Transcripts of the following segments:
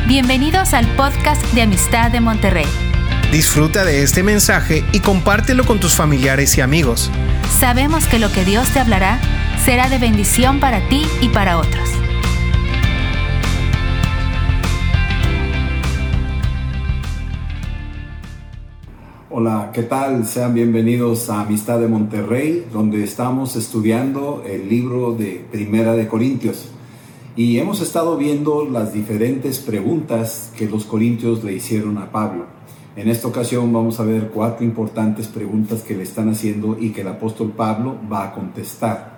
Bienvenidos al podcast de Amistad de Monterrey. Disfruta de este mensaje y compártelo con tus familiares y amigos. Sabemos que lo que Dios te hablará será de bendición para ti y para otros. Hola, ¿qué tal? Sean bienvenidos a Amistad de Monterrey, donde estamos estudiando el libro de Primera de Corintios. Y hemos estado viendo las diferentes preguntas que los corintios le hicieron a Pablo. En esta ocasión vamos a ver 4 importantes preguntas que le están haciendo y que el apóstol Pablo va a contestar.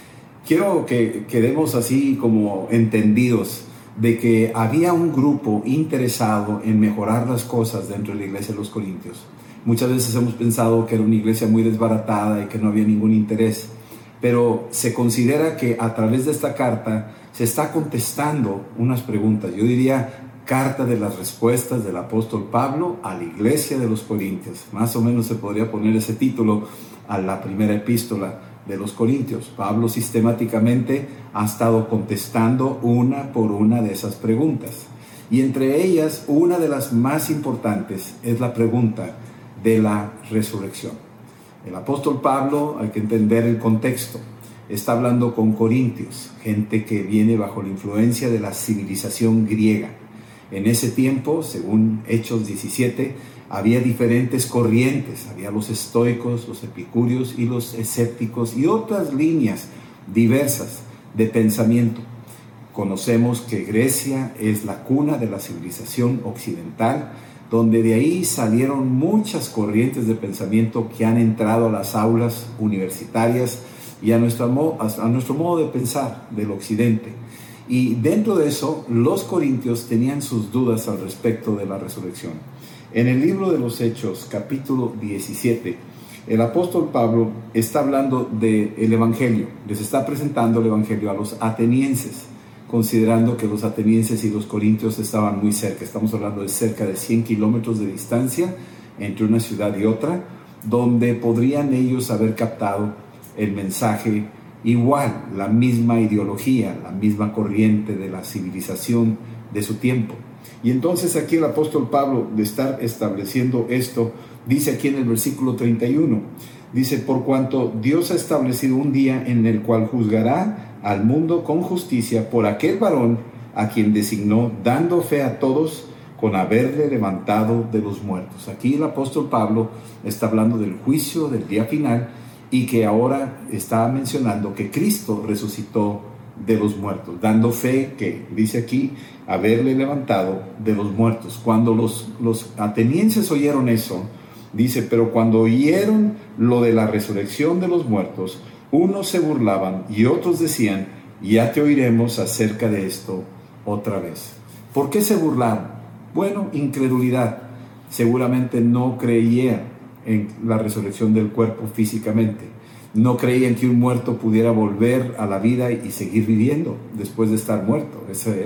Quiero que quedemos así como entendidos de que había un grupo interesado en mejorar las cosas dentro de la iglesia de los corintios. Muchas veces hemos pensado que era una iglesia muy desbaratada y que no había ningún interés, pero se considera que a través de esta carta se está contestando unas preguntas. Yo diría carta de las respuestas del apóstol Pablo a la iglesia de los corintios. Más o menos se podría poner ese título a la primera epístola de los corintios. Pablo sistemáticamente ha estado contestando una por una de esas preguntas. Y entre ellas, una de las más importantes es la pregunta de la resurrección. El apóstol Pablo, hay que entender el contexto, está hablando con corintios, gente que viene bajo la influencia de la civilización griega. En ese tiempo, según Hechos 17, había diferentes corrientes, había los estoicos, los epicúreos y los escépticos y otras líneas diversas de pensamiento. Conocemos que Grecia es la cuna de la civilización occidental, donde de ahí salieron muchas corrientes de pensamiento que han entrado a las aulas universitarias y a nuestro modo de pensar del occidente. Y dentro de eso, los corintios tenían sus dudas al respecto de la resurrección. En el libro de los Hechos, capítulo 17, el apóstol Pablo está hablando del evangelio, les está presentando el evangelio a los atenienses, considerando que los atenienses y los corintios estaban muy cerca. Estamos hablando de cerca de 100 kilómetros de distancia entre una ciudad y otra, donde podrían ellos haber captado el mensaje igual, la misma ideología, la misma corriente de la civilización de su tiempo. Y entonces aquí el apóstol Pablo, de estar estableciendo esto, dice aquí en el versículo 31, dice: por cuanto Dios ha establecido un día en el cual juzgará al mundo con justicia por aquel varón a quien designó, dando fe a todos con haberle levantado de los muertos. Aquí el apóstol Pablo está hablando del juicio del día final y que ahora está mencionando que Cristo resucitó de los muertos, dando fe que, dice aquí, haberle levantado de los muertos. Cuando los atenienses oyeron eso, dice: pero cuando oyeron lo de la resurrección de los muertos, unos se burlaban y otros decían: ya te oiremos acerca de esto otra vez. ¿Por qué se burlaron? Bueno, incredulidad. Seguramente no creían en la resurrección del cuerpo físicamente. No creían que un muerto pudiera volver a la vida y seguir viviendo después de estar muerto.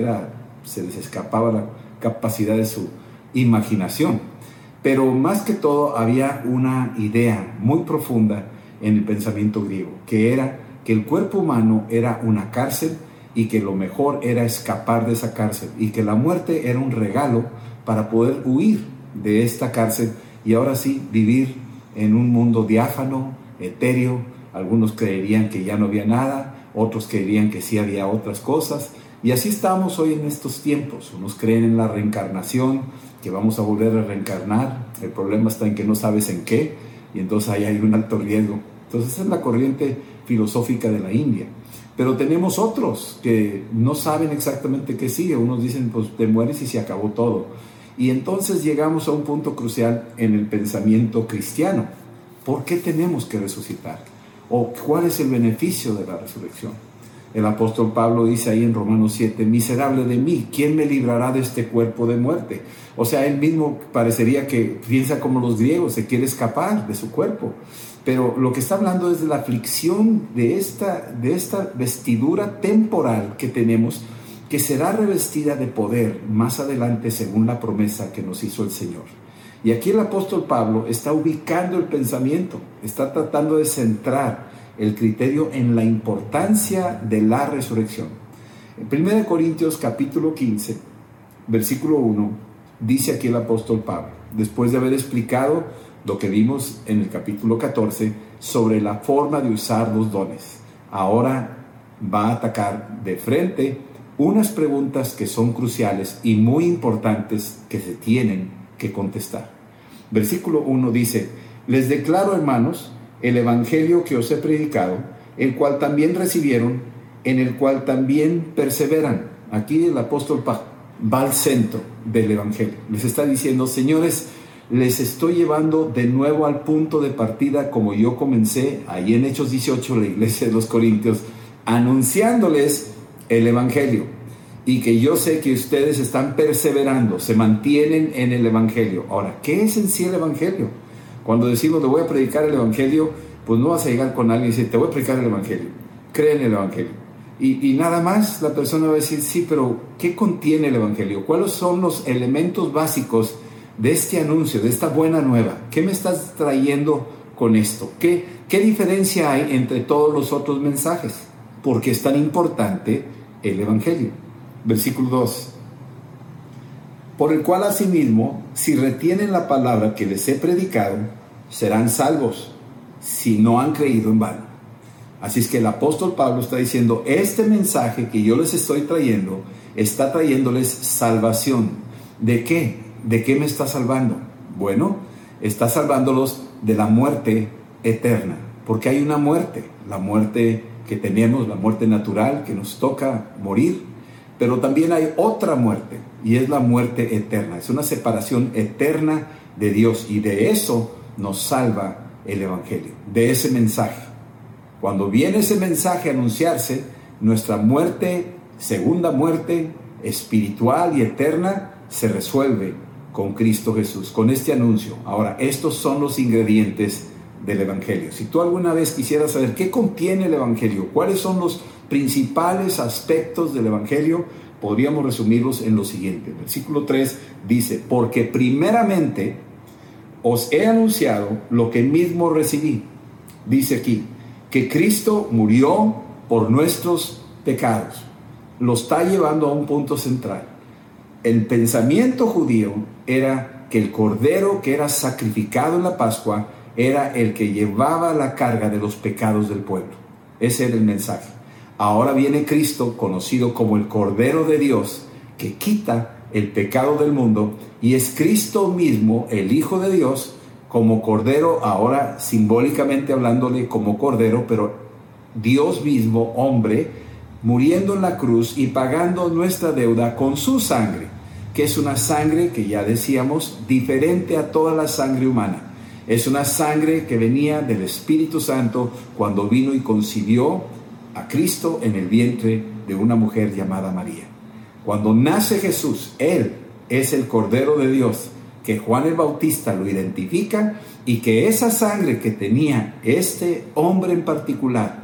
Se les escapaba la capacidad de su imaginación. Pero más que todo había una idea muy profunda en el pensamiento griego, que era que el cuerpo humano era una cárcel y que lo mejor era escapar de esa cárcel y que la muerte era un regalo para poder huir de esta cárcel y ahora sí vivir en un mundo diáfano, etéreo. Algunos creerían que ya no había nada, otros creerían que sí había otras cosas, y así estamos hoy en estos tiempos. Unos creen en la reencarnación, que vamos a volver a reencarnar. El problema está en que no sabes en qué, y entonces ahí hay un alto riesgo. Entonces esa es la corriente filosófica de la India. Pero tenemos otros que no saben exactamente qué sigue. Unos dicen: pues te mueres y se acabó todo. Y entonces llegamos a un punto crucial en el pensamiento cristiano. ¿Por qué tenemos que resucitar? ¿O cuál es el beneficio de la resurrección? El apóstol Pablo dice ahí en Romanos 7: miserable de mí, ¿quién me librará de este cuerpo de muerte? O sea, él mismo parecería que piensa como los griegos, se quiere escapar de su cuerpo. Pero lo que está hablando es de la aflicción de esta vestidura temporal que tenemos, que será revestida de poder más adelante según la promesa que nos hizo el Señor. Y aquí el apóstol Pablo está ubicando el pensamiento, está tratando de centrar el criterio en la importancia de la resurrección. En 1 Corintios capítulo 15, versículo 1, dice aquí el apóstol Pablo, después de haber explicado lo que vimos en el capítulo 14 sobre la forma de usar los dones. Ahora va a atacar de frente unas preguntas que son cruciales y muy importantes que se tienen que contestar. Versículo 1 dice: les declaro, hermanos, el evangelio que os he predicado, el cual también recibieron, en el cual también perseveran. Aquí el apóstol va al centro del evangelio. Les está diciendo: señores, les estoy llevando de nuevo al punto de partida como yo comencé ahí en Hechos 18, la iglesia de los Corintios, anunciándoles el evangelio, y que yo sé que ustedes están perseverando, se mantienen en el evangelio. Ahora, ¿qué es en sí el evangelio? Cuando decimos le voy a predicar el evangelio, pues no vas a llegar con alguien y decir te voy a predicar el evangelio, cree en el evangelio. Y nada más la persona va a decir, sí, pero ¿qué contiene el evangelio? ¿Cuáles son los elementos básicos de este anuncio, de esta buena nueva? ¿Qué me estás trayendo con esto? ¿Qué diferencia hay entre todos los otros mensajes? ¿Por qué es tan importante el evangelio? Versículo 2. Por el cual asimismo, si retienen la palabra que les he predicado, serán salvos, si no han creído en vano. Así es que el apóstol Pablo está diciendo, este mensaje que yo les estoy trayendo, está trayéndoles salvación. ¿De qué? ¿De qué me está salvando? Bueno, está salvándolos de la muerte eterna, porque hay una muerte, la muerte que tenemos, la muerte natural, que nos toca morir, pero también hay otra muerte, y es la muerte eterna. Es una separación eterna de Dios, y de eso nos salva el evangelio, de ese mensaje. Cuando viene ese mensaje a anunciarse, nuestra muerte, segunda muerte espiritual y eterna, se resuelve con Cristo Jesús, con este anuncio. Ahora, estos son los ingredientes del evangelio. Si tú alguna vez quisieras saber qué contiene el evangelio, cuáles son los principales aspectos del evangelio, podríamos resumirlos en lo siguiente. Versículo 3 dice: porque primeramente os he anunciado lo que mismo recibí. Dice aquí que Cristo murió por nuestros pecados. Lo está llevando a un punto central. El pensamiento judío era que el cordero que era sacrificado en la Pascua era el que llevaba la carga de los pecados del pueblo. Ese era el mensaje. Ahora viene Cristo, conocido como el Cordero de Dios, que quita el pecado del mundo, y es Cristo mismo, el Hijo de Dios, como Cordero, ahora simbólicamente hablándole como Cordero, pero Dios mismo, hombre, muriendo en la cruz y pagando nuestra deuda con su sangre, que es una sangre que ya decíamos, diferente a toda la sangre humana. Es una sangre que venía del Espíritu Santo cuando vino y concibió a Cristo en el vientre de una mujer llamada María. Cuando nace Jesús, Él es el Cordero de Dios, que Juan el Bautista lo identifica, y que esa sangre que tenía este hombre en particular,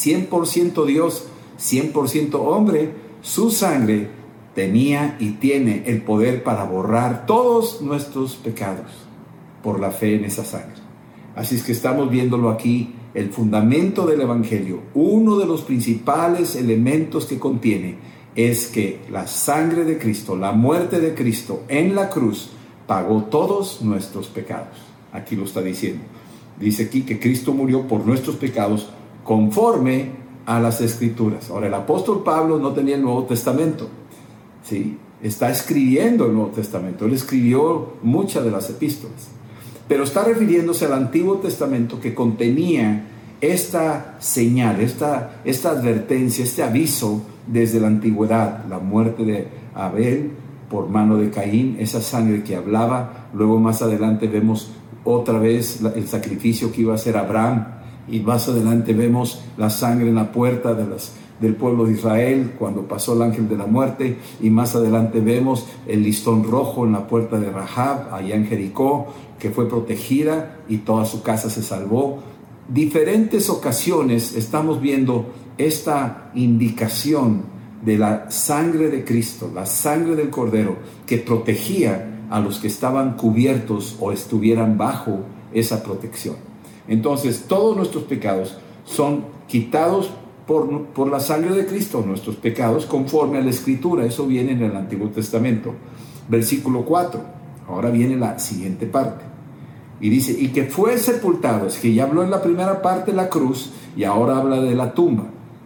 100% Dios, 100% hombre, su sangre tenía y tiene el poder para borrar todos nuestros pecados por la fe en esa sangre. Así es que estamos viéndolo aquí, el fundamento del evangelio, uno de los principales elementos que contiene es que la sangre de Cristo, la muerte de Cristo en la cruz, pagó todos nuestros pecados. Aquí lo está diciendo. Dice aquí que Cristo murió por nuestros pecados conforme a las Escrituras. Ahora, el apóstol Pablo no tenía el Nuevo Testamento, ¿sí? Está escribiendo el Nuevo Testamento. Él escribió muchas de las epístolas, pero está refiriéndose al Antiguo Testamento, que contenía esta señal, esta advertencia, este aviso desde la antigüedad: la muerte de Abel por mano de Caín, esa sangre que hablaba. Luego más adelante vemos otra vez el sacrificio que iba a hacer Abraham, y más adelante vemos la sangre en la puerta del pueblo de Israel cuando pasó el ángel de la muerte, y más adelante vemos el listón rojo en la puerta de Rahab allá en Jericó, que fue protegida y toda su casa se salvó. Diferentes ocasiones estamos viendo esta indicación de la sangre de Cristo, la sangre del Cordero, que protegía a los que estaban cubiertos o estuvieran bajo esa protección. Entonces, todos nuestros pecados son quitados por la sangre de Cristo nuestros pecados conforme a la Escritura. Eso viene en el Antiguo Testamento. Versículo 4. Ahora viene la siguiente parte. Y dice, y que fue sepultado. Es que ya habló en la primera parte la cruz y ahora habla de la tumba.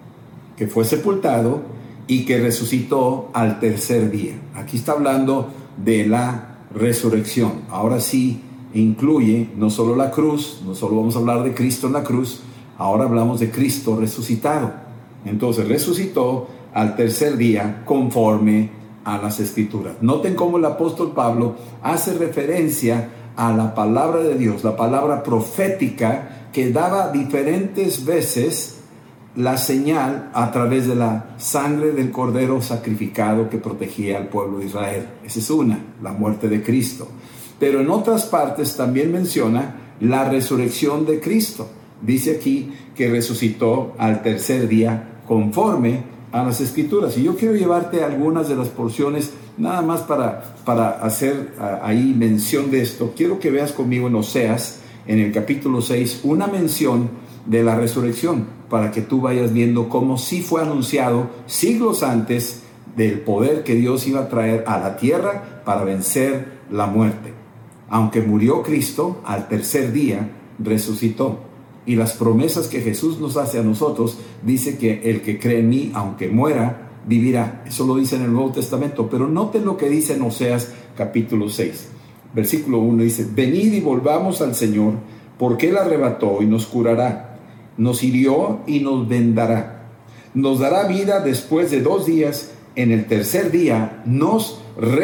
Que fue sepultado y que resucitó al tercer día. Aquí está hablando de la resurrección. Ahora sí incluye no solo la cruz, no solo vamos a hablar de Cristo en la cruz, ahora hablamos de Cristo resucitado. Entonces resucitó al tercer día conforme a las Escrituras. Noten cómo el apóstol Pablo hace referencia a la palabra de Dios, la palabra profética que daba diferentes veces la señal a través de la sangre del cordero sacrificado que protegía al pueblo de Israel. Esa es una, la muerte de Cristo. Pero en otras partes también menciona la resurrección de Cristo. Dice aquí que resucitó al tercer día conforme a las Escrituras. Y yo quiero llevarte algunas de las porciones, nada más para hacer ahí mención de esto. Quiero que veas conmigo en Oseas, en el capítulo 6, una mención de la resurrección, para que tú vayas viendo cómo sí fue anunciado siglos antes del poder que Dios iba a traer a la tierra para vencer la muerte. Aunque murió Cristo, al tercer día resucitó. Y las promesas que Jesús nos hace a nosotros, dice que el que cree en mí, aunque muera, vivirá. Eso lo dice en el Nuevo Testamento. Pero noten lo que dice en Oseas capítulo 6. Versículo 1 dice, venid y volvamos al Señor, porque Él arrebató y nos curará. Nos hirió y nos vendará. Nos dará vida después de 2 días. En el tercer día nos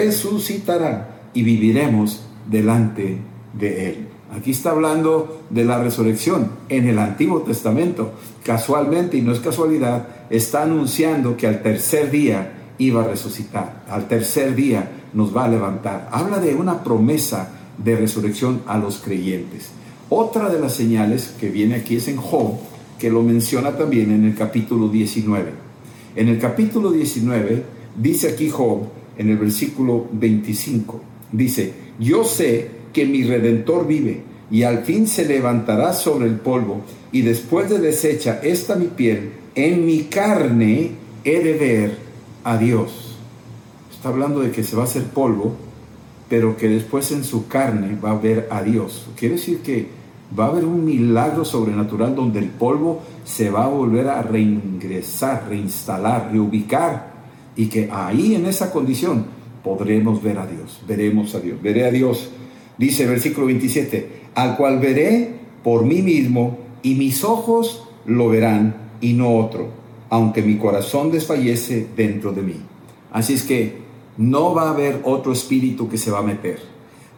resucitará y viviremos delante de Él. Aquí está hablando de la resurrección. En el Antiguo Testamento, casualmente, y no es casualidad, está anunciando que al tercer día iba a resucitar. Al tercer día nos va a levantar. Habla de una promesa de resurrección a los creyentes. Otra de las señales que viene aquí es en Job, que lo menciona también en el capítulo 19. En el capítulo 19 dice aquí Job, en el versículo 25, dice, yo sé que mi Redentor vive y al fin se levantará sobre el polvo, y después de deshecha esta mi piel, en mi carne he de ver a Dios. Está hablando de que se va a hacer polvo, pero que después en su carne va a ver a Dios. Quiere decir que va a haber un milagro sobrenatural donde el polvo se va a volver a reingresar, reinstalar, reubicar, y que ahí en esa condición podremos ver a Dios, veremos a Dios, veré a Dios. Dice el versículo 27, al cual veré por mí mismo, y mis ojos lo verán y no otro, aunque mi corazón desfallece dentro de mí. Así es que no va a haber otro espíritu que se va a meter.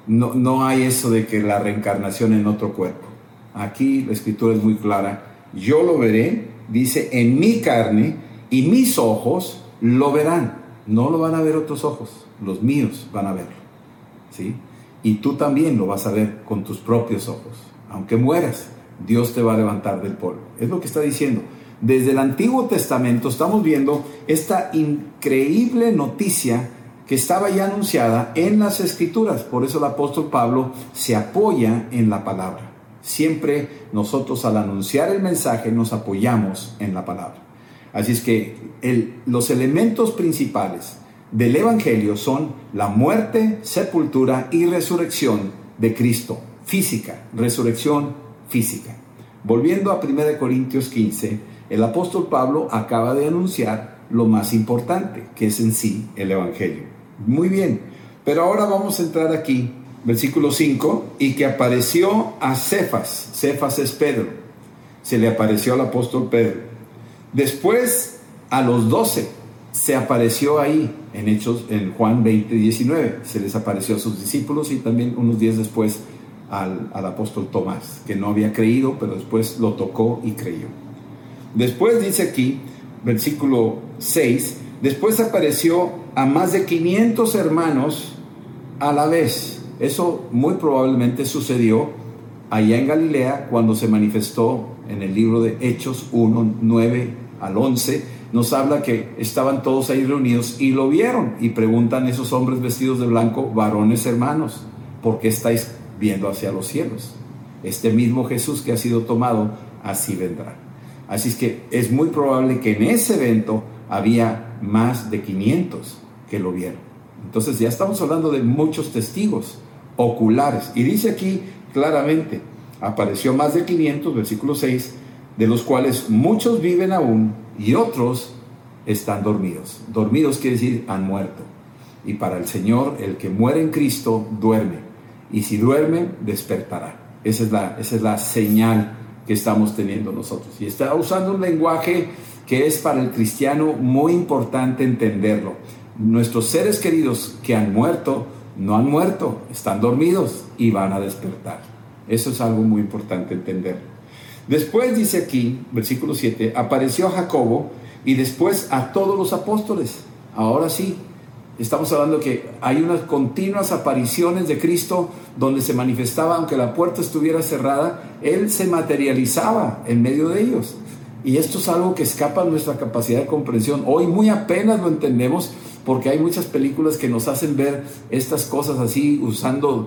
No hay eso de que la reencarnación en otro cuerpo. Aquí la Escritura es muy clara. Yo lo veré, dice, en mi carne, y mis ojos lo verán. No lo van a ver otros ojos, los míos van a verlo, ¿sí? Y tú también lo vas a ver con tus propios ojos. Aunque mueras, Dios te va a levantar del polvo. Es lo que está diciendo. Desde el Antiguo Testamento estamos viendo esta increíble noticia que estaba ya anunciada en las Escrituras. Por eso el apóstol Pablo se apoya en la palabra. Siempre nosotros, al anunciar el mensaje, nos apoyamos en la palabra. Así es que los elementos principales del Evangelio son la muerte, sepultura y resurrección de Cristo. Física, resurrección física. Volviendo a 1 Corintios 15, el apóstol Pablo acaba de anunciar lo más importante, que es en sí el Evangelio. Muy bien, pero ahora vamos a entrar aquí, versículo 5, y que apareció a Cefas. Cefas es Pedro. Se le apareció al apóstol Pedro. Después a los 12 se apareció ahí, en Juan 20, 19. Se les apareció a sus discípulos y también unos días después al apóstol Tomás, que no había creído, pero después lo tocó y creyó. Después dice aquí, versículo 6, después apareció a más de 500 hermanos a la vez. Eso muy probablemente sucedió allá en Galilea cuando se manifestó en el libro de Hechos 1, 9 al 11. Nos habla que estaban todos ahí reunidos y lo vieron, y preguntan esos hombres vestidos de blanco, varones hermanos, ¿por qué estáis viendo hacia los cielos? Este mismo Jesús que ha sido tomado, así vendrá. Así es que es muy probable que en ese evento había más de 500 que lo vieron. Entonces ya estamos hablando de muchos testigos oculares. Y dice aquí claramente, apareció más de 500, versículo 6, de los cuales muchos viven aún y otros están dormidos. Dormidos quiere decir han muerto. Y para el Señor, el que muere en Cristo duerme. Y si duerme, despertará. Esa es la señal que estamos teniendo nosotros. Y está usando un lenguaje que es para el cristiano muy importante entenderlo. Nuestros seres queridos que han muerto, no han muerto, están dormidos y van a despertar. Eso es algo muy importante entender. Después dice aquí, versículo 7, apareció a Jacobo y después a todos los apóstoles. Ahora sí, estamos hablando que hay unas continuas apariciones de Cristo donde se manifestaba, aunque la puerta estuviera cerrada, Él se materializaba en medio de ellos. Y esto es algo que escapa a nuestra capacidad de comprensión. Hoy muy apenas lo entendemos porque hay muchas películas que nos hacen ver estas cosas así, usando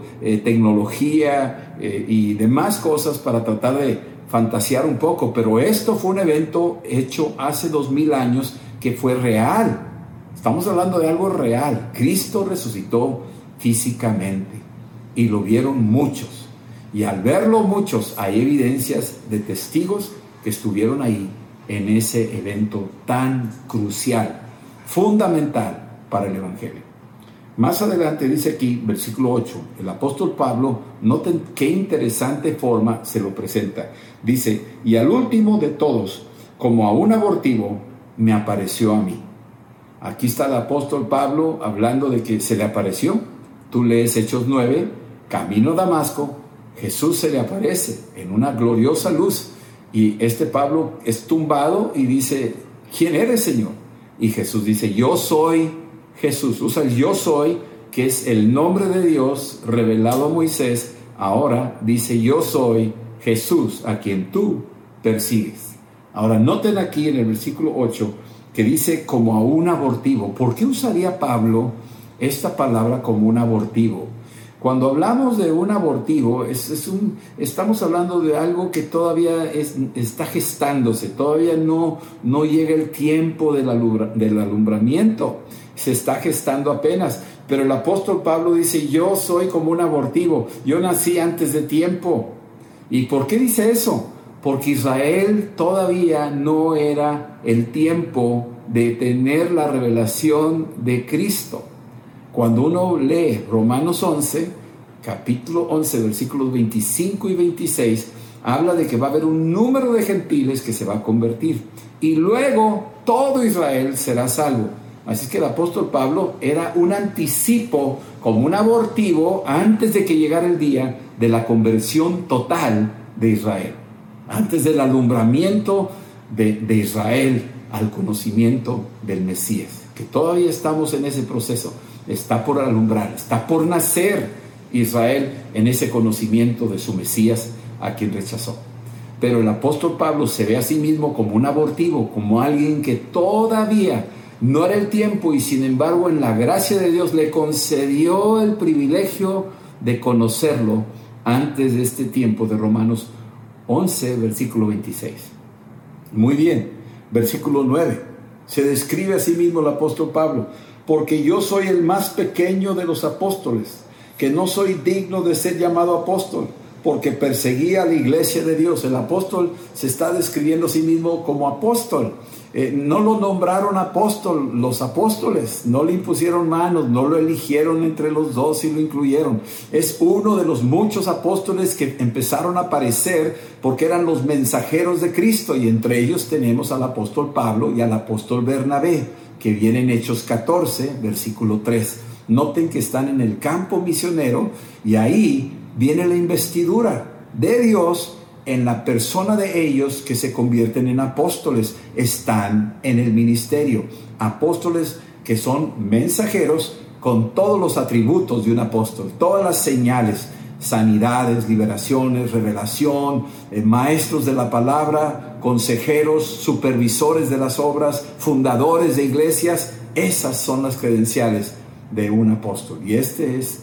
tecnología y demás cosas para tratar de fantasear un poco. Pero esto fue un evento hecho hace 2000 años que fue real. Estamos hablando de algo real. Cristo resucitó físicamente y lo vieron muchos. Y al verlo muchos, hay evidencias de testigos que estuvieron ahí en ese evento tan crucial, fundamental para el Evangelio. Más adelante dice aquí, versículo 8, el apóstol Pablo, noten qué interesante forma se lo presenta. Dice, y al último de todos, como a un abortivo, me apareció a mí. Aquí está el apóstol Pablo hablando de que se le apareció. Tú lees Hechos 9, camino a Damasco, Jesús se le aparece en una gloriosa luz. Y este Pablo es tumbado y dice, ¿quién eres, Señor? Y Jesús dice, yo soy Jesús. Usa el yo soy, que es el nombre de Dios revelado a Moisés. Ahora dice, yo soy Jesús, a quien tú persigues. Ahora noten aquí en el versículo 8, que dice como a un abortivo. ¿Por qué usaría Pablo esta palabra como un abortivo? Cuando hablamos de un abortivo, estamos hablando de algo que todavía está gestándose, todavía no llega el tiempo del alumbramiento, se está gestando apenas. Pero el apóstol Pablo dice, yo soy como un abortivo, yo nací antes de tiempo. ¿Y por qué dice eso? Porque Israel todavía no era el tiempo de tener la revelación de Cristo. Cuando uno lee Romanos 11, capítulo 11, versículos 25 y 26, habla de que va a haber un número de gentiles que se va a convertir. Y luego todo Israel será salvo. Así que el apóstol Pablo era un anticipo, como un abortivo, antes de que llegara el día de la conversión total de Israel. Antes del alumbramiento de Israel al conocimiento del Mesías. Que todavía estamos en ese proceso. Está por alumbrar, está por nacer Israel en ese conocimiento de su Mesías a quien rechazó. Pero el apóstol Pablo se ve a sí mismo como un abortivo, como alguien que todavía no era el tiempo y sin embargo en la gracia de Dios le concedió el privilegio de conocerlo antes de este tiempo de Romanos 11, versículo 26. Muy bien, versículo 9. Se describe a sí mismo el apóstol Pablo. Porque yo soy el más pequeño de los apóstoles, que no soy digno de ser llamado apóstol, porque perseguía a la iglesia de Dios. El apóstol se está describiendo a sí mismo como apóstol. No lo nombraron apóstol los apóstoles, no le impusieron manos, no lo eligieron entre los 12 y lo incluyeron. Es uno de los muchos apóstoles que empezaron a aparecer porque eran los mensajeros de Cristo, y entre ellos tenemos al apóstol Pablo y al apóstol Bernabé, que viene en Hechos 14, versículo 3. Noten que están en el campo misionero y ahí viene la investidura de Dios en la persona de ellos que se convierten en apóstoles. Están en el ministerio. Apóstoles que son mensajeros con todos los atributos de un apóstol, todas las señales, sanidades, liberaciones, revelación, maestros de la palabra, consejeros, supervisores de las obras, fundadores de iglesias. Esas son las credenciales de un apóstol. Y este es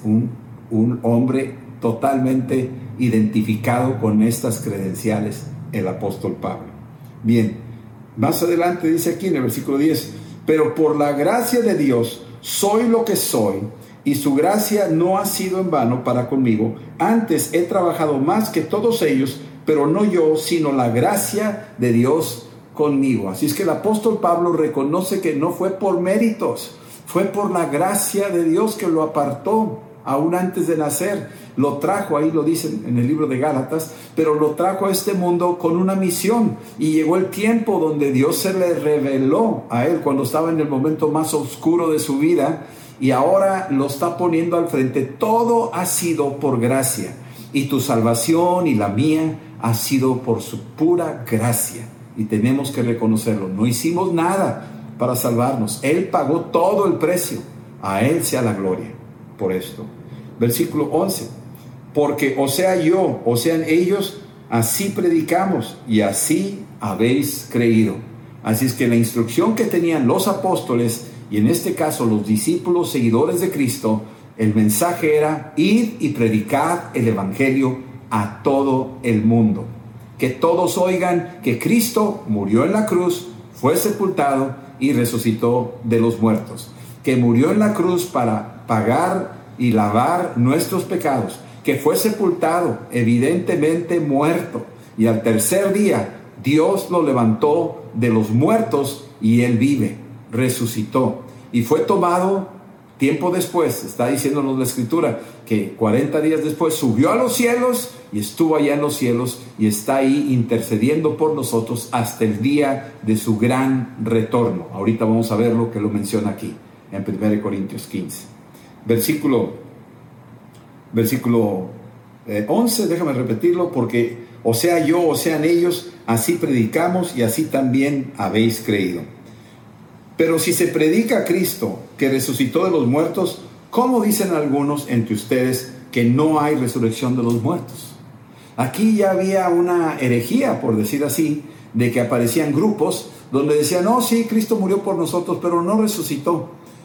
un hombre totalmente identificado con estas credenciales, el apóstol Pablo. Bien, más adelante dice aquí en el versículo 10, pero por la gracia de Dios soy lo que soy, y su gracia no ha sido en vano para conmigo. Antes he trabajado más que todos ellos, pero no yo, sino la gracia de Dios conmigo. Así es que el apóstol Pablo reconoce que no fue por méritos, fue por la gracia de Dios que lo apartó aún antes de nacer. Lo trajo, ahí lo dicen en el libro de Gálatas, pero lo trajo a este mundo con una misión. Y llegó el tiempo donde Dios se le reveló a él cuando estaba en el momento más oscuro de su vida, y ahora lo está poniendo al frente. Todo ha sido por gracia, y tu salvación y la mía ha sido por su pura gracia, y tenemos que reconocerlo. No hicimos nada para salvarnos, Él pagó todo el precio. A Él sea la gloria por esto. Versículo 11, porque o sea yo, o sean ellos, así predicamos y así habéis creído. Así es que la instrucción que tenían los apóstoles, y en este caso los discípulos seguidores de Cristo, el mensaje era: id y predicad el evangelio a todo el mundo. Que todos oigan que Cristo murió en la cruz, fue sepultado y resucitó de los muertos. Que murió en la cruz para pagar y lavar nuestros pecados. Que fue sepultado, evidentemente muerto, y al tercer día Dios lo levantó de los muertos y Él vive, resucitó. Y fue tomado tiempo después, está diciéndonos la Escritura, que 40 días después subió a los cielos y estuvo allá en los cielos y está ahí intercediendo por nosotros hasta el día de su gran retorno. Ahorita vamos a ver lo que lo menciona aquí en 1 Corintios 15. Versículo 11, déjame repetirlo, porque o sea yo, o sean ellos, así predicamos y así también habéis creído. Pero si se predica a Cristo que resucitó de los muertos, ¿cómo dicen algunos entre ustedes que no hay resurrección de los muertos? Aquí ya había una herejía, por decir así, de que aparecían grupos donde decían: no, sí, Cristo murió por nosotros, pero no resucitó.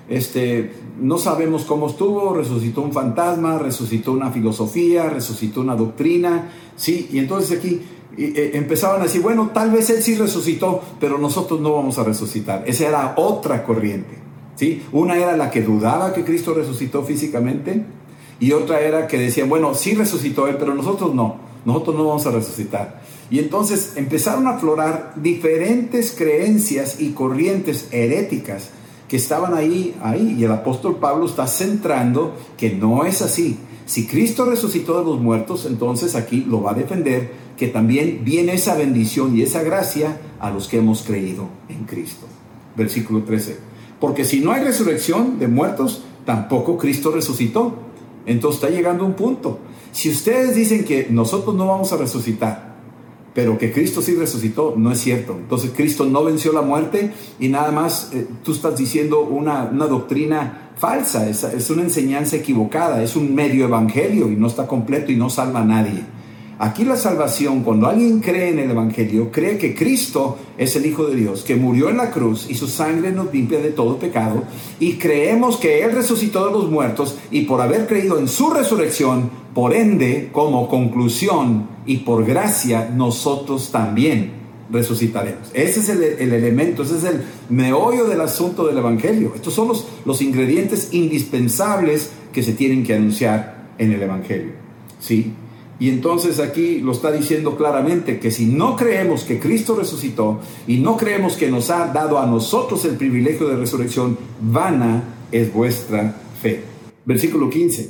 No sabemos cómo estuvo, resucitó un fantasma, resucitó una filosofía, resucitó una doctrina, ¿sí? Y entonces aquí empezaban a decir: bueno, tal vez Él sí resucitó, pero nosotros no vamos a resucitar. Esa era otra corriente, ¿sí? Una era la que dudaba que Cristo resucitó físicamente, y otra era que decían: bueno, sí resucitó Él, pero nosotros no vamos a resucitar. Y entonces empezaron a aflorar diferentes creencias y corrientes heréticas que estaban ahí, y el apóstol Pablo está centrando que no es así. Si Cristo resucitó de los muertos, entonces aquí lo va a defender, que también viene esa bendición y esa gracia a los que hemos creído en Cristo. Versículo 13, porque si no hay resurrección de muertos, tampoco Cristo resucitó. Entonces está llegando un punto. Si ustedes dicen que nosotros no vamos a resucitar, pero que Cristo sí resucitó, no es cierto. Entonces Cristo no venció la muerte, y nada más tú estás diciendo una doctrina falsa, es una enseñanza equivocada, es un medio evangelio y no está completo y no salva a nadie. Aquí la salvación, cuando alguien cree en el evangelio, cree que Cristo es el Hijo de Dios, que murió en la cruz y su sangre nos limpia de todo pecado, y creemos que Él resucitó de los muertos, y por haber creído en su resurrección, por ende, como conclusión y por gracia, nosotros también resucitaremos. Ese es el elemento, ese es el meollo del asunto del evangelio. Estos son los ingredientes indispensables que se tienen que anunciar en el evangelio, ¿sí? Y entonces aquí lo está diciendo claramente, que si no creemos que Cristo resucitó y no creemos que nos ha dado a nosotros el privilegio de resurrección, vana es vuestra fe. Versículo 15.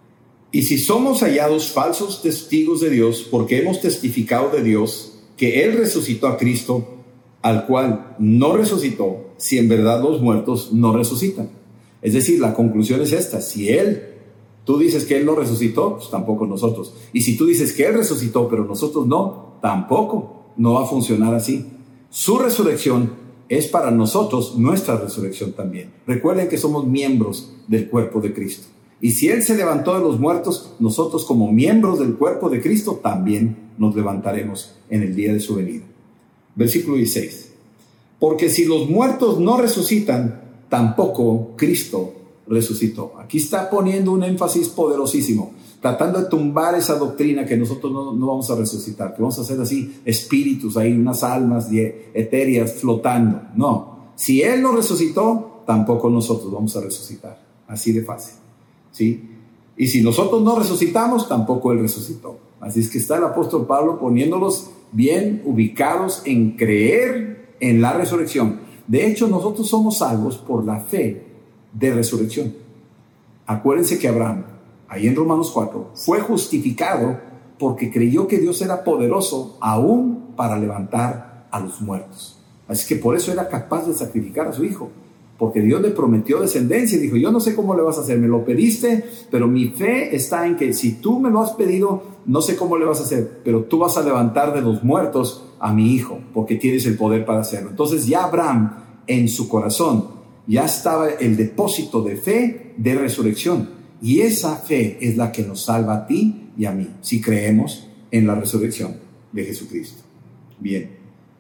Y si somos hallados falsos testigos de Dios, porque hemos testificado de Dios que Él resucitó a Cristo, al cual no resucitó, si en verdad los muertos no resucitan. Es decir, la conclusión es esta: si tú dices que Él no resucitó, pues tampoco nosotros. Y si tú dices que Él resucitó, pero nosotros no, tampoco. No va a funcionar así. Su resurrección es para nosotros nuestra resurrección también. Recuerden que somos miembros del cuerpo de Cristo. Y si Él se levantó de los muertos, nosotros como miembros del cuerpo de Cristo también nos levantaremos en el día de su venida. Versículo 16. Porque si los muertos no resucitan, tampoco Cristo resucitó. Aquí está poniendo un énfasis poderosísimo. tratando de tumbar esa doctrina que nosotros no vamos a resucitar, que vamos a ser así espíritus ahí, unas almas etéreas flotando. No, si Él no resucitó, tampoco nosotros vamos a resucitar, así de fácil, ¿sí? Y si nosotros no resucitamos, tampoco Él resucitó. Así es que está el apóstol Pablo poniéndolos bien ubicados en creer en la resurrección. De hecho, nosotros somos salvos por la fe de resurrección. Acuérdense que Abraham, ahí en Romanos 4, fue justificado porque creyó que Dios era poderoso aún para levantar a los muertos. Así que por eso era capaz de sacrificar a su hijo, porque Dios le prometió descendencia y dijo: yo no sé cómo le vas a hacer, me lo pediste, pero mi fe está en que si tú me lo has pedido, no sé cómo le vas a hacer, pero tú vas a levantar de los muertos a mi hijo, porque tienes el poder para hacerlo. Entonces ya Abraham, en su corazón, ya estaba el depósito de fe de resurrección, y esa fe es la que nos salva a ti y a mí, si creemos en la resurrección de Jesucristo. Bien.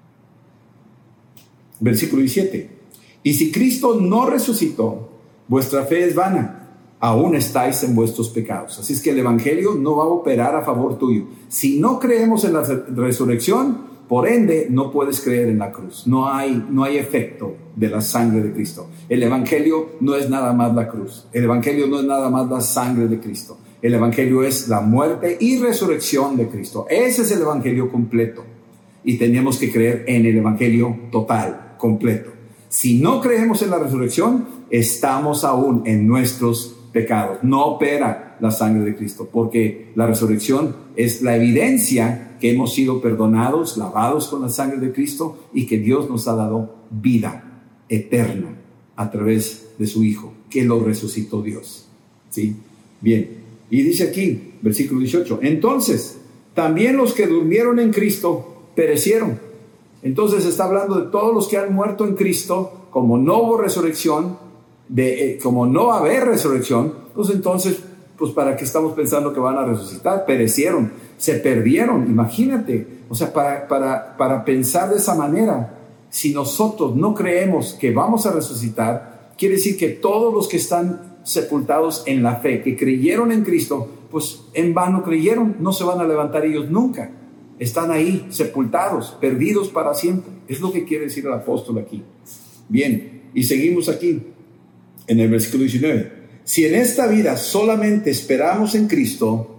Versículo 17. Y si Cristo no resucitó, vuestra fe es vana, aún estáis en vuestros pecados. Así es que el Evangelio no va a operar a favor tuyo. Si no creemos en la resurrección, por ende, no puedes creer en la cruz. No hay efecto de la sangre de Cristo. El Evangelio no es nada más la cruz. El Evangelio no es nada más la sangre de Cristo. El Evangelio es la muerte y resurrección de Cristo. Ese es el Evangelio completo. Y tenemos que creer en el Evangelio total, completo. Si no creemos en la resurrección, estamos aún en nuestros pecados. No opera la sangre de Cristo, porque la resurrección es la evidencia que hemos sido perdonados, lavados con la sangre de Cristo, y que Dios nos ha dado vida eterna a través de su Hijo, que lo resucitó Dios. ¿Sí? Bien. Y dice aquí, versículo 18, entonces, también los que durmieron en Cristo perecieron. Entonces está hablando de todos los que han muerto en Cristo, como no hubo resurrección, como no va a haber resurrección, pues entonces, pues ¿para qué estamos pensando que van a resucitar? Perecieron, se perdieron, imagínate. O sea, para pensar de esa manera, si nosotros no creemos que vamos a resucitar, quiere decir que todos los que están sepultados en la fe, que creyeron en Cristo, pues en vano creyeron, no se van a levantar ellos nunca. Están ahí sepultados, perdidos para siempre. Es lo que quiere decir el apóstol aquí. Bien, y seguimos aquí en el versículo 19. Si en esta vida solamente esperamos en Cristo,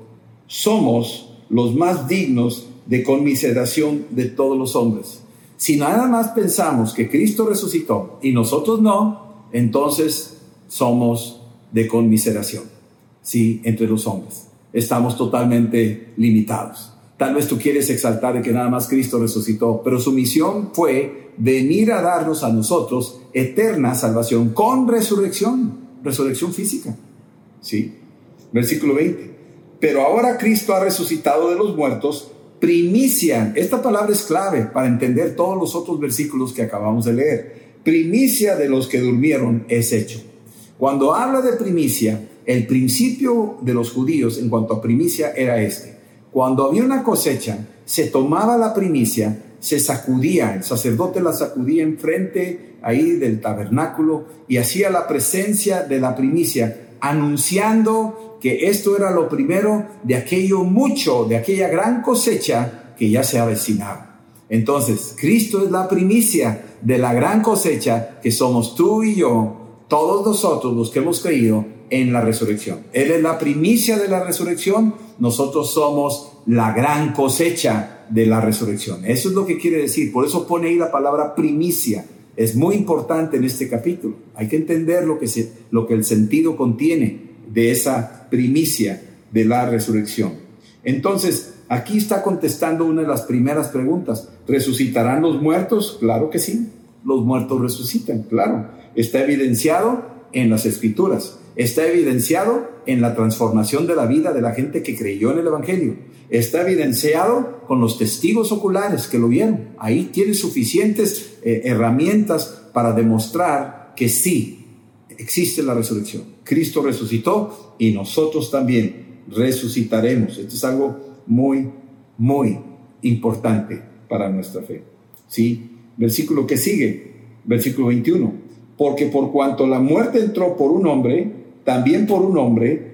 somos los más dignos de conmiseración de todos los hombres. Si nada más pensamos que Cristo resucitó y nosotros no, entonces somos de conmiseración, ¿sí? Entre los hombres. Estamos totalmente limitados. Tal vez tú quieres exaltar de que nada más Cristo resucitó, pero su misión fue venir a darnos a nosotros eterna salvación con resurrección física. ¿Sí? Versículo 20. Pero ahora Cristo ha resucitado de los muertos, primicia. Esta palabra es clave para entender todos los otros versículos que acabamos de leer. Primicia de los que durmieron es hecho. Cuando habla de primicia, el principio de los judíos en cuanto a primicia era este. Cuando había una cosecha, se tomaba la primicia, se sacudía, el sacerdote la sacudía enfrente ahí del tabernáculo y hacía la presencia de la primicia, anunciando que esto era lo primero de aquello mucho, de aquella gran cosecha que ya se avecinaba. Entonces, Cristo es la primicia de la gran cosecha que somos tú y yo, todos nosotros los que hemos creído en la resurrección. Él es la primicia de la resurrección, nosotros somos la gran cosecha de la resurrección. Eso es lo que quiere decir, por eso pone ahí la palabra primicia. Es muy importante en este capítulo. Hay que entender lo que el sentido contiene de esa primicia de la resurrección. Entonces, aquí está contestando una de las primeras preguntas. ¿Resucitarán los muertos? Claro que sí, los muertos resucitan, claro. Está evidenciado en las Escrituras. Está evidenciado en la transformación de la vida de la gente que creyó en el Evangelio. Está evidenciado con los testigos oculares que lo vieron. Ahí tiene suficientes herramientas para demostrar que sí, existe la resurrección. Cristo resucitó y nosotros también resucitaremos. Esto es algo muy, muy importante para nuestra fe. ¿Sí? Versículo que sigue, versículo 21. Porque por cuanto la muerte entró por un hombre, también por un hombre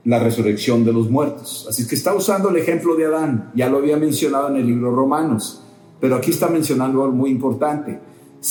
la resurrección de los muertos. Así que está usando el ejemplo de Adán. Ya lo había mencionado en el libro Romanos, pero aquí está mencionando algo muy importante.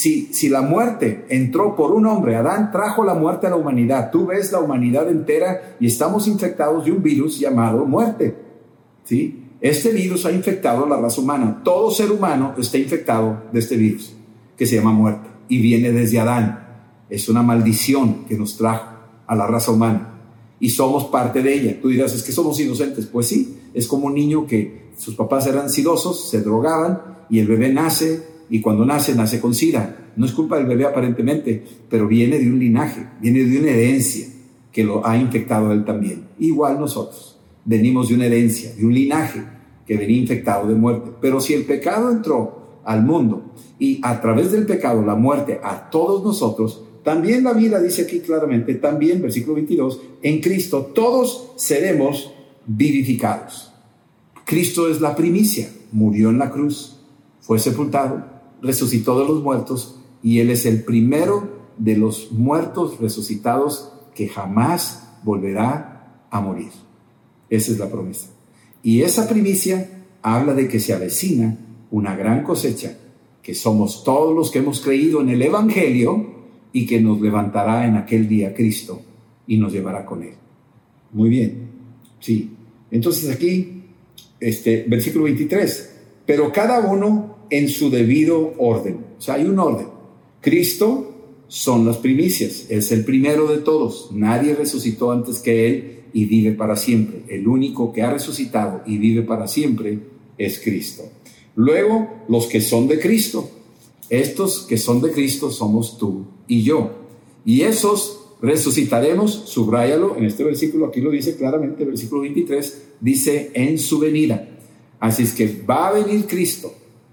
Si la muerte entró por un hombre, Adán trajo la muerte a la humanidad. Tú ves la humanidad entera y estamos infectados de un virus llamado muerte, ¿sí? Este virus ha infectado a la raza humana. Todo ser humano está infectado de este virus que se llama muerte y viene desde Adán. Es una maldición que nos trajo a la raza humana y somos parte de ella. Tú dirás, es que somos inocentes. Pues sí, es como un niño que sus papás eran sidosos, se drogaban y el bebé nace. Y cuando nace con SIDA. No es culpa del bebé aparentemente, pero viene de un linaje, viene de una herencia que lo ha infectado a él también. Igual nosotros, venimos de una herencia, de un linaje que venía infectado de muerte. Pero si el pecado entró al mundo y a través del pecado la muerte a todos nosotros, también la vida dice aquí claramente, también versículo 22, en Cristo todos seremos vivificados. Cristo es la primicia, murió en la cruz, fue sepultado, resucitó de los muertos y Él es el primero de los muertos resucitados que jamás volverá a morir. Esa es la promesa. Y esa primicia habla de que se avecina una gran cosecha, que somos todos los que hemos creído en el Evangelio y que nos levantará en aquel día Cristo y nos llevará con Él. Muy bien, sí. Entonces aquí, versículo 23, pero cada uno en su debido orden. O sea, hay un orden. Cristo son las primicias, es el primero de todos. Nadie resucitó antes que Él y vive para siempre. El único que ha resucitado y vive para siempre es Cristo. Luego, los que son de Cristo. Estos que son de Cristo somos tú y yo. Y esos resucitaremos, subráyalo en este versículo, aquí lo dice claramente, versículo 23, dice en su venida. Así es que va a venir Cristo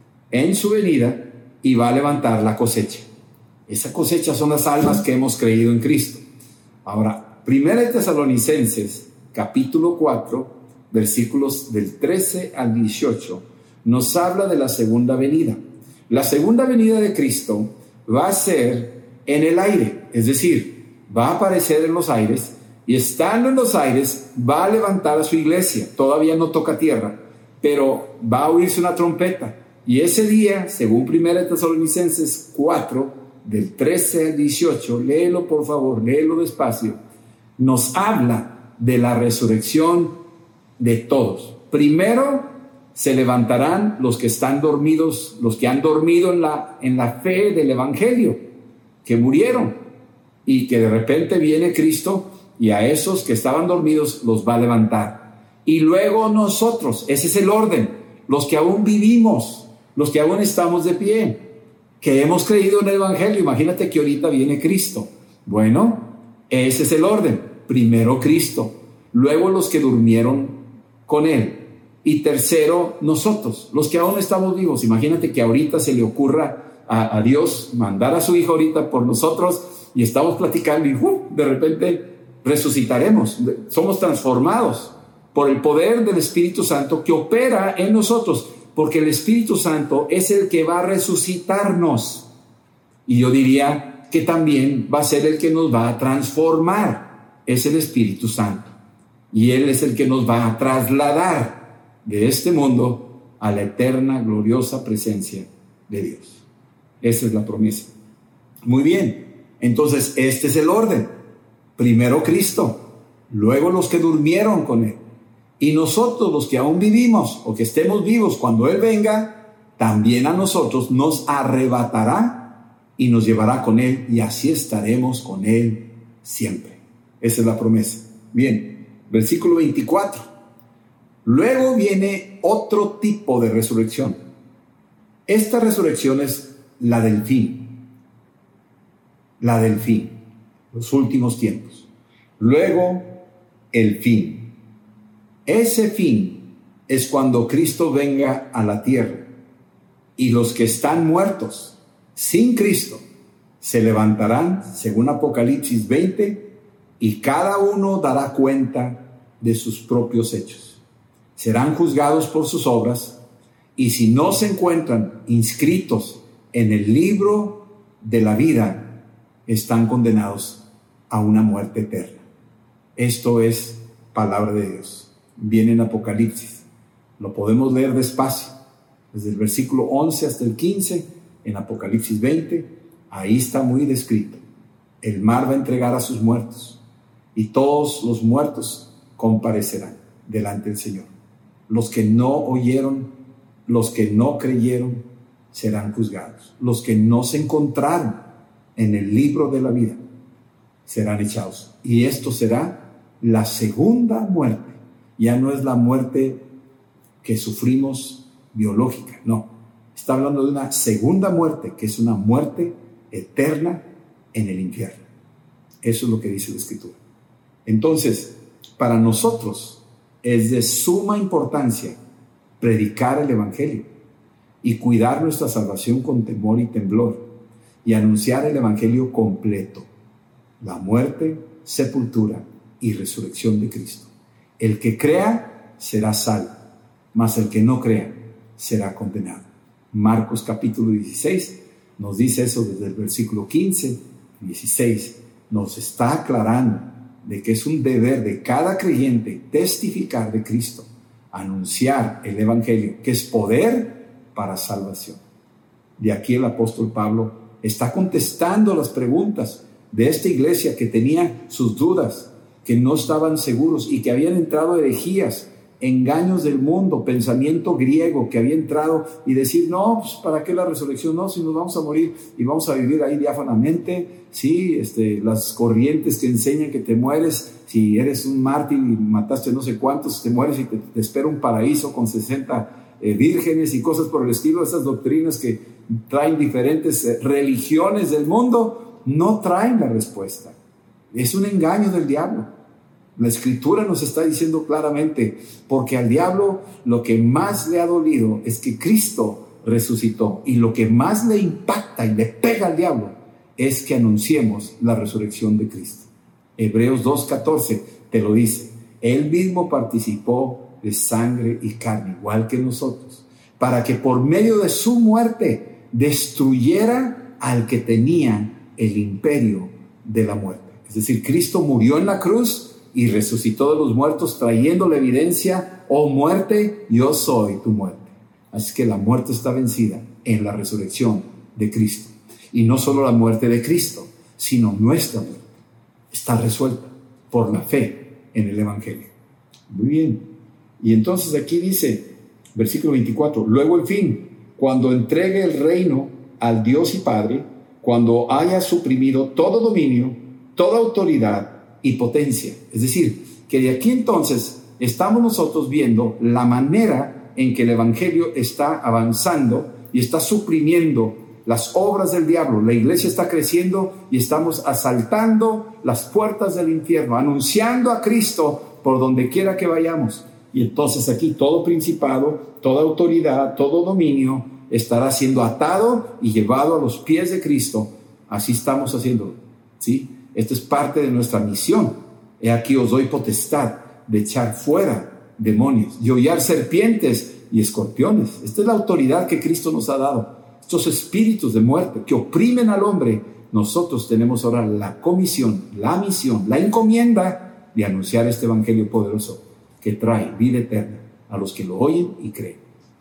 en su venida y va a levantar la cosecha. Esa cosecha son las almas que hemos creído en Cristo. Ahora, 1 Tesalonicenses, capítulo 4, versículos del 13 al 18, nos habla de la segunda venida. La segunda venida de Cristo va a ser en el aire, es decir, va a aparecer en los aires y estando en los aires va a levantar a su iglesia. Todavía no toca tierra, pero va a oírse una trompeta. Y ese día, según 1 Tesalonicenses 4, del 13 al 18, léelo por favor, léelo despacio, nos habla de la resurrección de todos. Primero se levantarán los que están dormidos, los que han dormido en la fe del Evangelio, que murieron, y que de repente viene Cristo y a esos que estaban dormidos los va a levantar. Y luego nosotros, ese es el orden, los que aún vivimos, los que aún estamos de pie, que hemos creído en el Evangelio. Imagínate que ahorita viene Cristo. Bueno, ese es el orden. Primero Cristo, luego los que durmieron con Él, y tercero nosotros, los que aún estamos vivos. Imagínate que ahorita se le ocurra a Dios mandar a su Hijo ahorita por nosotros y estamos platicando y de repente resucitaremos. Somos transformados por el poder del Espíritu Santo que opera en nosotros. Porque el Espíritu Santo es el que va a resucitarnos. Y yo diría que también va a ser el que nos va a transformar. Es el Espíritu Santo. Y Él es el que nos va a trasladar de este mundo a la eterna, gloriosa presencia de Dios. Esa es la promesa. Muy bien. Entonces, este es el orden. Primero Cristo, luego los que durmieron con Él. Y nosotros, los que aún vivimos o que estemos vivos cuando Él venga, también a nosotros nos arrebatará y nos llevará con Él y así estaremos con Él siempre. Esa es la promesa. Bien, versículo 24. Luego viene otro tipo de resurrección. Esta resurrección es la del fin. La del fin. Los últimos tiempos. Luego, el fin. Ese fin es cuando Cristo venga a la tierra y los que están muertos sin Cristo se levantarán, según Apocalipsis 20, y cada uno dará cuenta de sus propios hechos. Serán juzgados por sus obras y si no se encuentran inscritos en el libro de la vida, están condenados a una muerte eterna. Esto es palabra de Dios. Viene en Apocalipsis. Lo podemos leer despacio. Desde el versículo 11 hasta el 15, en Apocalipsis 20, ahí está muy descrito. El mar va a entregar a sus muertos y todos los muertos comparecerán delante del Señor. Los que no oyeron, los que no creyeron, serán juzgados. Los que no se encontraron en el libro de la vida serán echados. Y esto será la segunda muerte. Ya no es la muerte que sufrimos biológica, no. Está hablando de una segunda muerte, que es una muerte eterna en el infierno. Eso es lo que dice la Escritura. Entonces, para nosotros es de suma importancia predicar el Evangelio y cuidar nuestra salvación con temor y temblor y anunciar el Evangelio completo, la muerte, sepultura y resurrección de Cristo. El que crea será salvo, mas el que no crea será condenado. Marcos capítulo 16 nos dice eso desde el versículo 15, 16, nos está aclarando de que es un deber de cada creyente testificar de Cristo, anunciar el Evangelio, que es poder para salvación. De aquí el apóstol Pablo está contestando las preguntas de esta iglesia que tenía sus dudas, que no estaban seguros y que habían entrado herejías, engaños del mundo, pensamiento griego que había entrado y decir, no, pues ¿para qué la resurrección? No, si nos vamos a morir y vamos a vivir ahí diáfanamente, sí, las corrientes que enseñan que te mueres, si eres un mártir y mataste no sé cuántos, te mueres y te espera un paraíso con 60 vírgenes y cosas por el estilo. Esas doctrinas que traen diferentes religiones del mundo no traen la respuesta. Es un engaño del diablo. La Escritura nos está diciendo claramente, porque al diablo lo que más le ha dolido es que Cristo resucitó, y lo que más le impacta y le pega al diablo es que anunciemos la resurrección de Cristo. Hebreos 2:14 te lo dice. Él mismo participó de sangre y carne, igual que nosotros, para que por medio de su muerte destruyera al que tenía el imperio de la muerte. Es decir, Cristo murió en la cruz y resucitó de los muertos, trayendo la evidencia: oh muerte, yo soy tu muerte. Así que la muerte está vencida en la resurrección de Cristo. Y no solo la muerte de Cristo, sino nuestra muerte está resuelta por la fe en el Evangelio. Muy bien. Y entonces aquí dice, versículo 24, luego el fin, cuando entregue el reino al Dios y Padre, cuando haya suprimido todo dominio, toda autoridad y potencia. Es decir, que de aquí entonces estamos nosotros viendo la manera en que el Evangelio está avanzando y está suprimiendo las obras del diablo. La iglesia está creciendo y estamos asaltando las puertas del infierno, anunciando a Cristo por donde quiera que vayamos. Y entonces aquí todo principado, toda autoridad, todo dominio estará siendo atado y llevado a los pies de Cristo. Así estamos haciéndolo, ¿sí? Esto es parte de nuestra misión. He aquí os doy potestad de echar fuera demonios, de hollar serpientes y escorpiones. Esta es la autoridad que Cristo nos ha dado. Estos espíritus de muerte que oprimen al hombre, nosotros tenemos ahora la comisión, la misión, la encomienda de anunciar este evangelio poderoso que trae vida eterna a los que lo oyen y creen.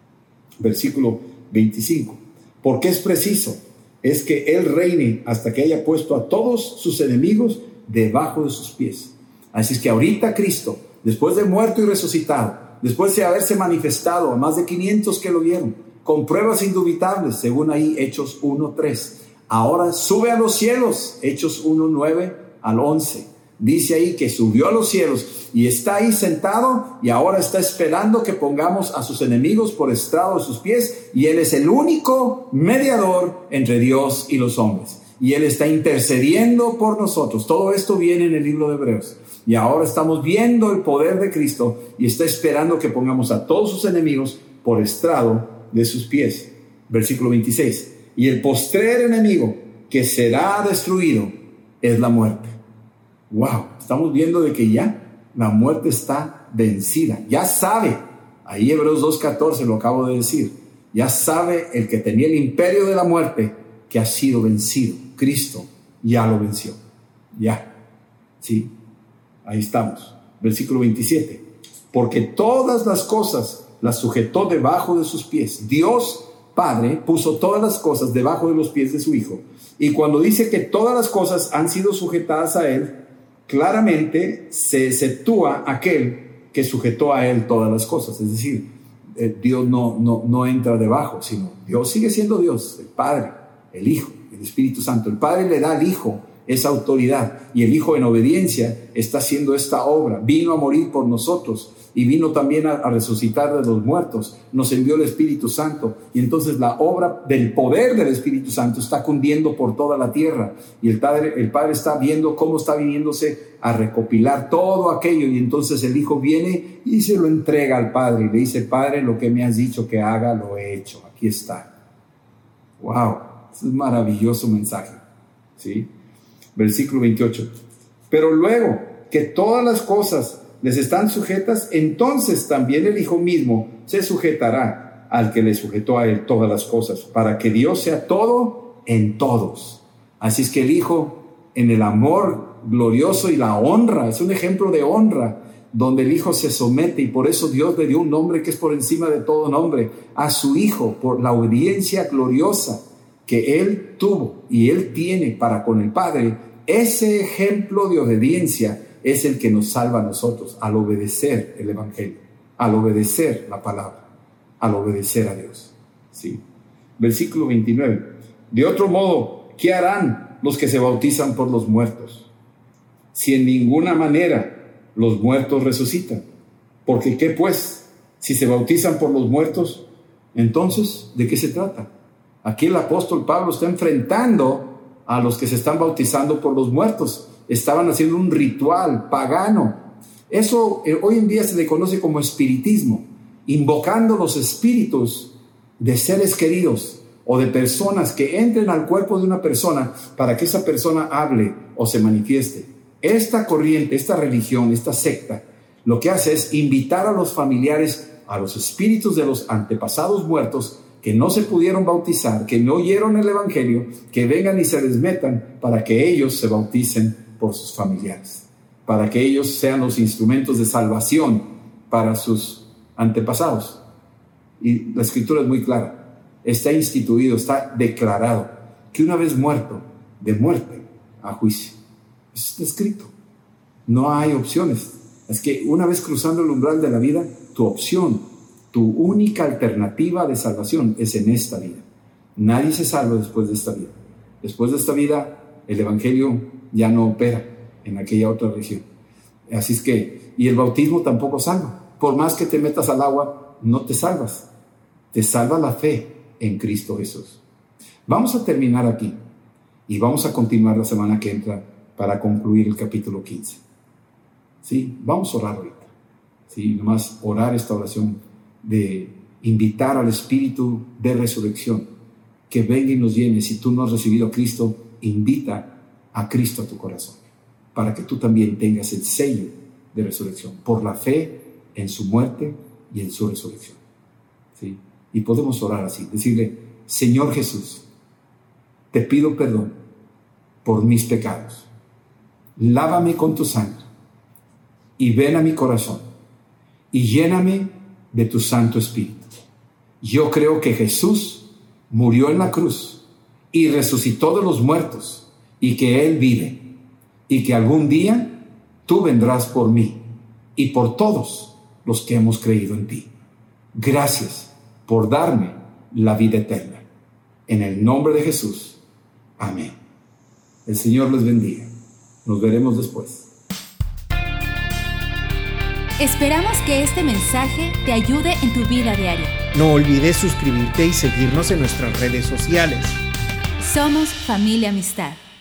Versículo 25. Porque es preciso es que Él reine hasta que haya puesto a todos sus enemigos debajo de sus pies. Así es que ahorita Cristo, después de muerto y resucitado, después de haberse manifestado a más de 500 que lo vieron, con pruebas indubitables, según ahí Hechos 1:3, ahora sube a los cielos, Hechos 1:9 al 11. Dice ahí que subió a los cielos y está ahí sentado y ahora está esperando que pongamos a sus enemigos por estrado de sus pies, y Él es el único mediador entre Dios y los hombres. Y Él está intercediendo por nosotros. Todo esto viene en el libro de Hebreos. Y ahora estamos viendo el poder de Cristo y está esperando que pongamos a todos sus enemigos por estrado de sus pies. Versículo 26. Y el postrer enemigo que será destruido es la muerte. Wow, estamos viendo de que ya la muerte está vencida. Ya sabe, ahí Hebreos 2:14 lo acabo de decir, ya sabe el que tenía el imperio de la muerte que ha sido vencido. Cristo ya lo venció. Ya, sí, ahí estamos. versículo 27. Porque todas las cosas las sujetó debajo de sus pies. Dios Padre puso todas las cosas debajo de los pies de su Hijo. Y cuando dice que todas las cosas han sido sujetadas a Él, claramente se exceptúa aquel que sujetó a Él todas las cosas. Es decir, Dios no entra debajo, sino Dios sigue siendo Dios, el Padre, el Hijo, el Espíritu Santo. El Padre le da al Hijo esa autoridad y el Hijo en obediencia está haciendo esta obra. Vino a morir por nosotros y vino también a resucitar de los muertos. Nos envió el Espíritu Santo y entonces la obra del poder del Espíritu Santo está cundiendo por toda la tierra y el Padre está viendo cómo está viniéndose a recopilar todo aquello y entonces el Hijo viene y se lo entrega al Padre y le dice: Padre, lo que me has dicho que haga lo he hecho, aquí está. ¡Wow! Es un maravilloso mensaje, ¿sí? Versículo 28. Pero luego que todas las cosas les están sujetas, entonces también el Hijo mismo se sujetará al que le sujetó a Él todas las cosas, para que Dios sea todo en todos. Así es que el Hijo, en el amor glorioso y la honra, es un ejemplo de honra, donde el Hijo se somete, y por eso Dios le dio un nombre que es por encima de todo nombre, a su Hijo, por la obediencia gloriosa que Él tuvo y Él tiene para con el Padre. Ese ejemplo de obediencia es el que nos salva a nosotros al obedecer el Evangelio, al obedecer la palabra, al obedecer a Dios, ¿sí? Versículo 29. De otro modo, ¿qué harán los que se bautizan por los muertos? Si en ninguna manera los muertos resucitan. Porque ¿qué pues? Si se bautizan por los muertos, entonces, ¿de qué se trata? Aquí el apóstol Pablo está enfrentando a los que se están bautizando por los muertos. Estaban haciendo un ritual pagano. Eso hoy en día se le conoce como espiritismo, invocando los espíritus de seres queridos o de personas que entren al cuerpo de una persona para que esa persona hable o se manifieste. Esta corriente, esta religión, esta secta, lo que hace es invitar a los familiares, a los espíritus de los antepasados muertos que no se pudieron bautizar, que no oyeron el Evangelio, que vengan y se les metan para que ellos se bauticen por sus familiares, para que ellos sean los instrumentos de salvación para sus antepasados. Y la Escritura es muy clara, está instituido, está declarado que una vez muerto, de muerte a juicio. Eso está escrito, no hay opciones. Es que una vez cruzando el umbral de la vida, tu opción, tu única alternativa de salvación es en esta vida. Nadie se salva después de esta vida. Después de esta vida, el Evangelio ya no opera en aquella otra región. Así es que, y el bautismo tampoco salva. Por más que te metas al agua, no te salvas. Te salva la fe en Cristo Jesús. Vamos a terminar aquí y vamos a continuar la semana que entra para concluir el capítulo 15. ¿Sí? Vamos a orar ahorita. ¿Sí? Nomás orar esta oración de invitar al Espíritu de resurrección que venga y nos llene. Si tú no has recibido a Cristo, invita a Cristo a tu corazón para que tú también tengas el sello de resurrección por la fe en su muerte y en su resurrección, ¿sí? Y podemos orar así, decirle: Señor Jesús, te pido perdón por mis pecados, lávame con tu sangre y ven a mi corazón y lléname de tu Santo Espíritu. Yo creo que Jesús murió en la cruz y resucitó de los muertos y que Él vive y que algún día tú vendrás por mí y por todos los que hemos creído en ti. Gracias por darme la vida eterna. En el nombre de Jesús. Amén. El Señor les bendiga. Nos veremos después. Esperamos que este mensaje te ayude en tu vida diaria. No olvides suscribirte y seguirnos en nuestras redes sociales. Somos Familia Amistad.